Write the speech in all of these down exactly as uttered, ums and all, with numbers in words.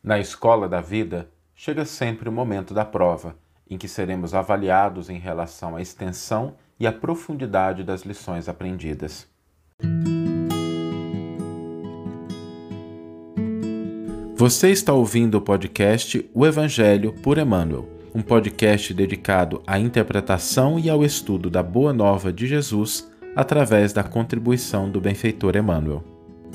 Na escola da vida, chega sempre o momento da prova, em que seremos avaliados em relação à extensão e à profundidade das lições aprendidas. Você está ouvindo o podcast O Evangelho por Emmanuel, um podcast dedicado à interpretação e ao estudo da Boa Nova de Jesus através da contribuição do benfeitor Emmanuel.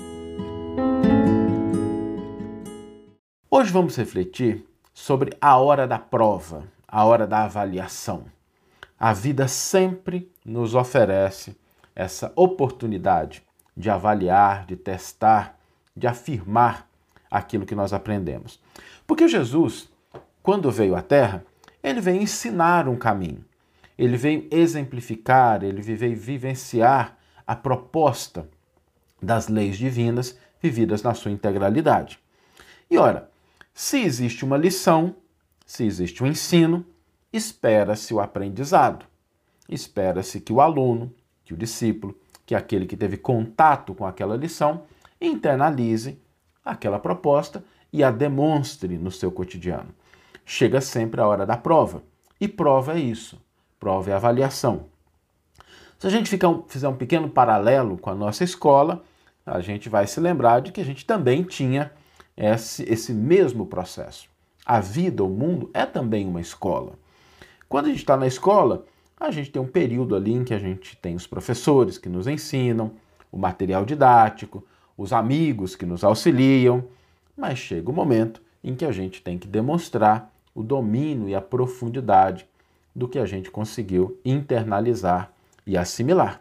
Hoje vamos refletir sobre a hora da prova, a hora da avaliação. A vida sempre nos oferece essa oportunidade de avaliar, de testar, de afirmar aquilo que nós aprendemos. Porque Jesus, quando veio à Terra, ele veio ensinar um caminho. Ele veio exemplificar, ele veio vivenciar a proposta das leis divinas vividas na sua integralidade. E ora, se existe uma lição, se existe um ensino, espera-se o aprendizado. Espera-se que o aluno, que o discípulo, que aquele que teve contato com aquela lição, internalize aquela proposta e a demonstre no seu cotidiano. Chega sempre a hora da prova. E prova é isso. Prova é avaliação. Se a gente ficar um, fizer um pequeno paralelo com a nossa escola, a gente vai se lembrar de que a gente também tinha esse, esse mesmo processo. A vida, o mundo, é também uma escola. Quando a gente está na escola, a gente tem um período ali em que a gente tem os professores que nos ensinam, o material didático, os amigos que nos auxiliam, mas chega o momento em que a gente tem que demonstrar o domínio e a profundidade do que a gente conseguiu internalizar e assimilar.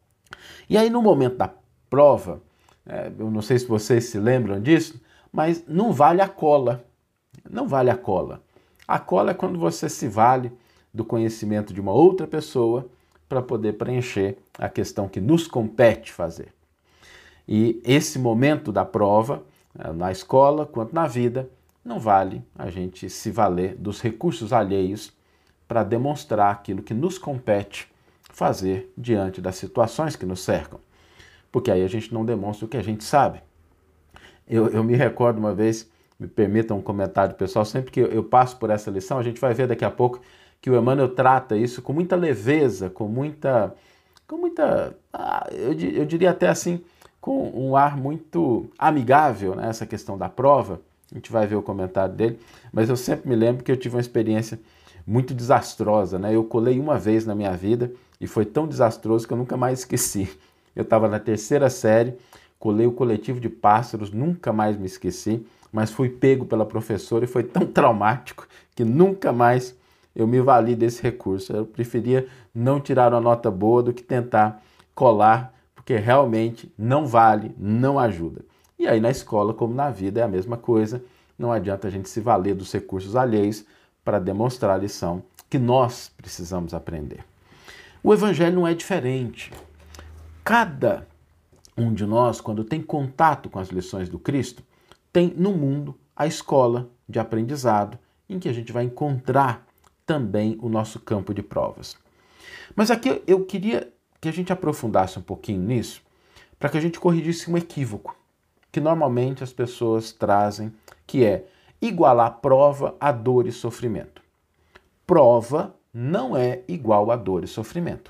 E aí, no momento da prova, é, eu não sei se vocês se lembram disso, mas não vale a cola. Não vale a cola. A cola é quando você se vale do conhecimento de uma outra pessoa para poder preencher a questão que nos compete fazer. E esse momento da prova, na escola quanto na vida, não vale a gente se valer dos recursos alheios para demonstrar aquilo que nos compete fazer diante das situações que nos cercam. Porque aí a gente não demonstra o que a gente sabe. Eu, eu me recordo uma vez, me permitam um comentário pessoal, sempre que eu, eu passo por essa lição, a gente vai ver daqui a pouco que o Emmanuel trata isso com muita leveza, com muita, com muita ah, eu, eu diria até assim, com um ar muito amigável, né, essa questão da prova. A gente vai ver o comentário dele, mas eu sempre me lembro que eu tive uma experiência muito desastrosa, né? Eu colei uma vez na minha vida e foi tão desastroso que eu nunca mais esqueci. Eu estava na terceira série, colei o coletivo de pássaros, nunca mais me esqueci, mas fui pego pela professora e foi tão traumático que nunca mais eu me vali desse recurso. Eu preferia não tirar uma nota boa do que tentar colar, porque realmente não vale, não ajuda. E aí na escola, como na vida, é a mesma coisa. Não adianta a gente se valer dos recursos alheios para demonstrar a lição que nós precisamos aprender. O Evangelho não é diferente. Cada um de nós, quando tem contato com as lições do Cristo, tem no mundo a escola de aprendizado em que a gente vai encontrar também o nosso campo de provas. Mas aqui eu queria que a gente aprofundasse um pouquinho nisso para que a gente corrigisse um equívoco que normalmente as pessoas trazem, que é igualar prova a dor e sofrimento. Prova não é igual a dor e sofrimento.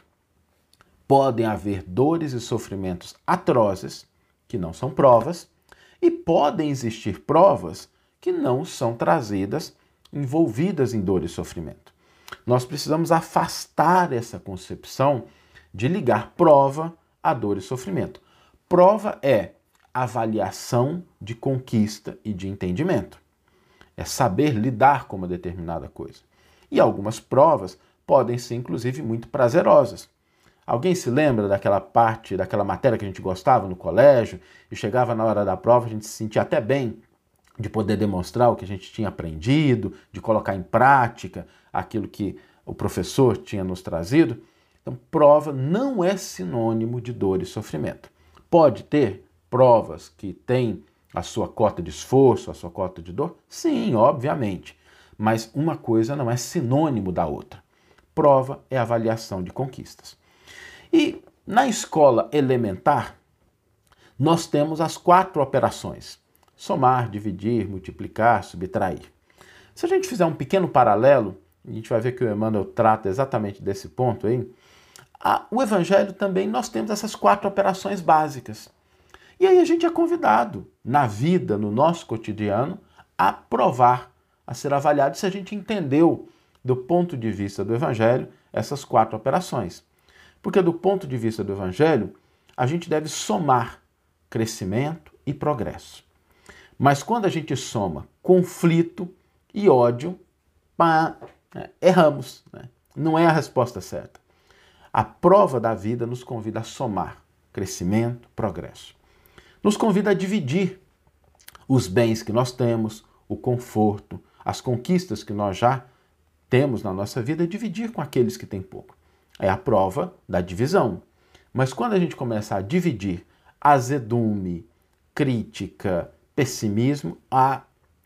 Podem haver dores e sofrimentos atrozes, que não são provas, e podem existir provas que não são trazidas, envolvidas em dor e sofrimento. Nós precisamos afastar essa concepção de ligar prova a dor e sofrimento. Prova é avaliação de conquista e de entendimento. É saber lidar com uma determinada coisa. E algumas provas podem ser, inclusive, muito prazerosas. Alguém se lembra daquela parte, daquela matéria que a gente gostava no colégio e chegava na hora da prova, a gente se sentia até bem de poder demonstrar o que a gente tinha aprendido, de colocar em prática aquilo que o professor tinha nos trazido? Então, prova não é sinônimo de dor e sofrimento. Pode ter provas que têm a sua cota de esforço, a sua cota de dor? Sim, obviamente. Mas uma coisa não é sinônimo da outra. Prova é avaliação de conquistas. E na escola elementar, nós temos as quatro operações. somar, dividir, multiplicar, subtrair. Se a gente fizer um pequeno paralelo, a gente vai ver que o Emmanuel trata exatamente desse ponto aí, a, o Evangelho também nós temos essas quatro operações básicas. E aí a gente é convidado, na vida, no nosso cotidiano, a provar, a ser avaliado se a gente entendeu, do ponto de vista do Evangelho, essas quatro operações. Porque do ponto de vista do Evangelho, a gente deve somar crescimento e progresso. Mas quando a gente soma conflito e ódio, pá, né, erramos. Né? Não é a resposta certa. A prova da vida nos convida a somar crescimento, progresso. Nos convida a dividir os bens que nós temos, o conforto, as conquistas que nós já temos na nossa vida, dividir com aqueles que têm pouco. É a prova da divisão. Mas quando a gente começa a dividir azedume, crítica, pessimismo, a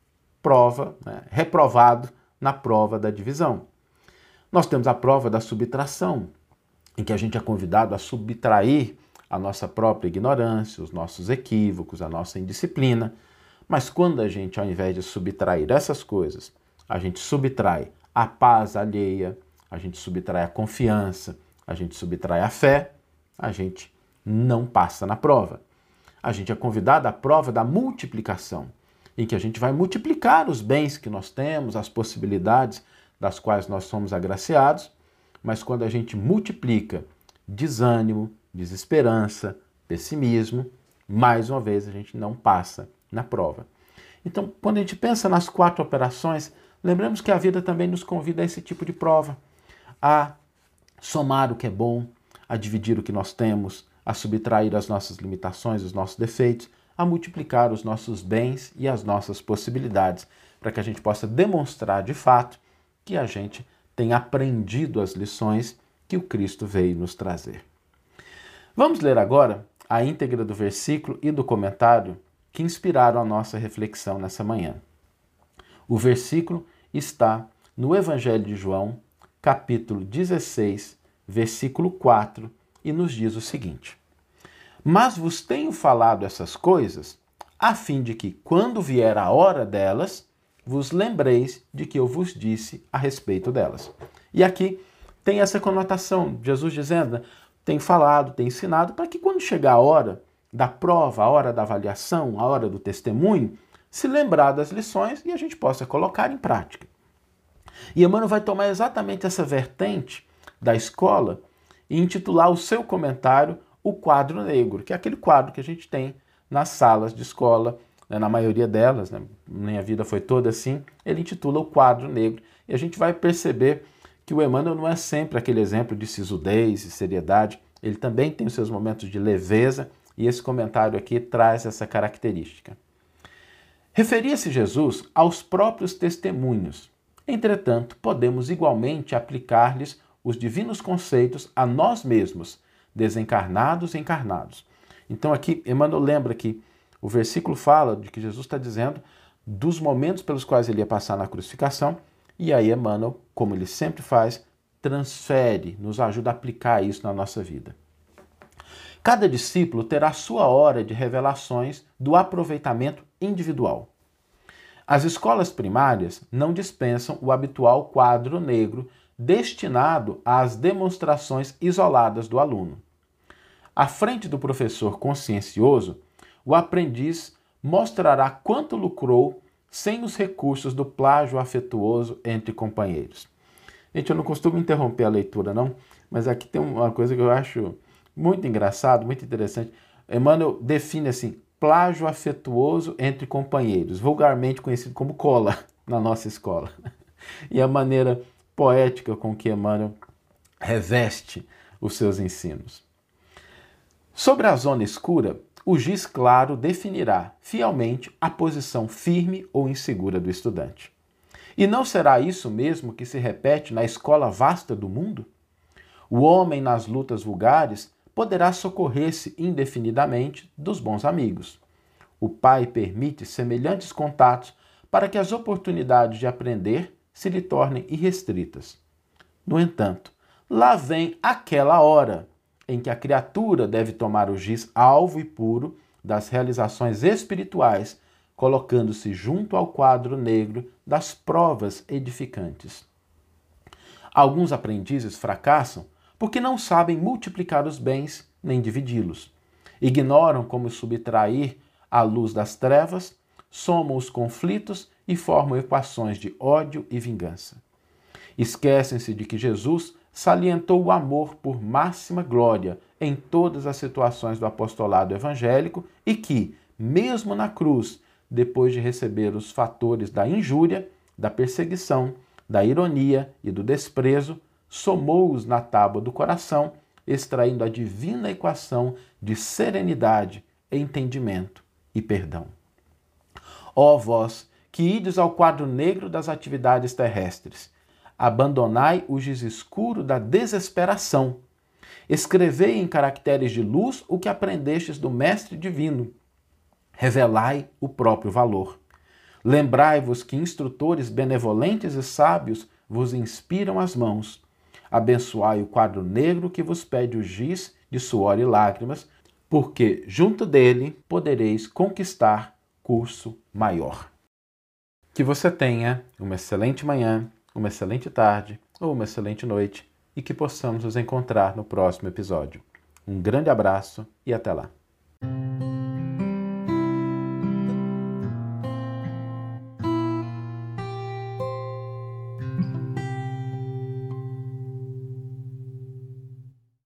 prova, né, reprovado na prova da divisão. Nós temos a prova da subtração, em que a gente é convidado a subtrair a nossa própria ignorância, os nossos equívocos, a nossa indisciplina. Mas quando a gente, ao invés de subtrair essas coisas, a gente subtrai a paz alheia, a gente subtrai a confiança, a gente subtrai a fé, a gente não passa na prova. A gente é convidado à prova da multiplicação, em que a gente vai multiplicar os bens que nós temos, as possibilidades das quais nós somos agraciados, mas quando a gente multiplica desânimo, desesperança, pessimismo, mais uma vez a gente não passa na prova. Então, quando a gente pensa nas quatro operações, lembramos que a vida também nos convida a esse tipo de prova, a somar o que é bom, a dividir o que nós temos, a subtrair as nossas limitações, os nossos defeitos, a multiplicar os nossos bens e as nossas possibilidades, para que a gente possa demonstrar de fato que a gente tem aprendido as lições que o Cristo veio nos trazer. Vamos ler agora a íntegra do versículo e do comentário que inspiraram a nossa reflexão nessa manhã. O versículo está no Evangelho de João, capítulo dezesseis, versículo quatro, e nos diz o seguinte: Mas vos tenho falado essas coisas, a fim de que, quando vier a hora delas, vos lembreis de que eu vos disse a respeito delas. E aqui tem essa conotação, Jesus dizendo, tem falado, tem ensinado, para que quando chegar a hora da prova, a hora da avaliação, a hora do testemunho, se lembrar das lições e a gente possa colocar em prática. E Emmanuel vai tomar exatamente essa vertente da escola e intitular o seu comentário O Quadro Negro, que é aquele quadro que a gente tem nas salas de escola, né, na maioria delas, né, minha vida foi toda assim, ele intitula O Quadro Negro. E a gente vai perceber que o Emmanuel não é sempre aquele exemplo de sisudez e seriedade, ele também tem os seus momentos de leveza, e esse comentário aqui traz essa característica. Referia-se Jesus aos próprios testemunhos. Entretanto, podemos igualmente aplicar-lhes os divinos conceitos a nós mesmos, desencarnados e encarnados. Então aqui, Emmanuel lembra que o versículo fala de que Jesus está dizendo dos momentos pelos quais ele ia passar na crucificação, e aí Emmanuel, como ele sempre faz, transfere, nos ajuda a aplicar isso na nossa vida. Cada discípulo terá sua hora de revelações do aproveitamento individual. As escolas primárias não dispensam o habitual quadro negro destinado às demonstrações isoladas do aluno. À frente do professor consciencioso, o aprendiz mostrará quanto lucrou sem os recursos do plágio afetuoso entre companheiros. Gente, eu não costumo interromper a leitura, não, mas aqui tem uma coisa que eu acho muito engraçado, muito interessante. Emmanuel define assim, plágio afetuoso entre companheiros, vulgarmente conhecido como cola na nossa escola. E a maneira poética com que Emmanuel reveste os seus ensinos. Sobre a zona escura, o giz claro definirá fielmente a posição firme ou insegura do estudante. E não será isso mesmo que se repete na escola vasta do mundo? O homem nas lutas vulgares poderá socorrer-se indefinidamente dos bons amigos. O pai permite semelhantes contatos para que as oportunidades de aprender se lhe tornem irrestritas. No entanto, lá vem aquela hora em que a criatura deve tomar o giz alvo e puro das realizações espirituais colocando-se junto ao quadro negro das provas edificantes. Alguns aprendizes fracassam porque não sabem multiplicar os bens nem dividi-los. Ignoram como subtrair a luz das trevas, somam os conflitos e formam equações de ódio e vingança. Esquecem-se de que Jesus salientou o amor por máxima glória em todas as situações do apostolado evangélico e que, mesmo na cruz, depois de receber os fatores da injúria, da perseguição, da ironia e do desprezo, somou-os na tábua do coração, extraindo a divina equação de serenidade, entendimento e perdão. Ó vós, que ides ao quadro negro das atividades terrestres, abandonai o giz escuro da desesperação. Escrevei em caracteres de luz o que aprendestes do Mestre Divino. Revelai o próprio valor. Lembrai-vos que instrutores benevolentes e sábios vos inspiram as mãos. Abençoai o quadro negro que vos pede o giz de suor e lágrimas, porque junto dele podereis conquistar curso maior. Que você tenha uma excelente manhã, uma excelente tarde ou uma excelente noite e que possamos nos encontrar no próximo episódio. Um grande abraço e até lá.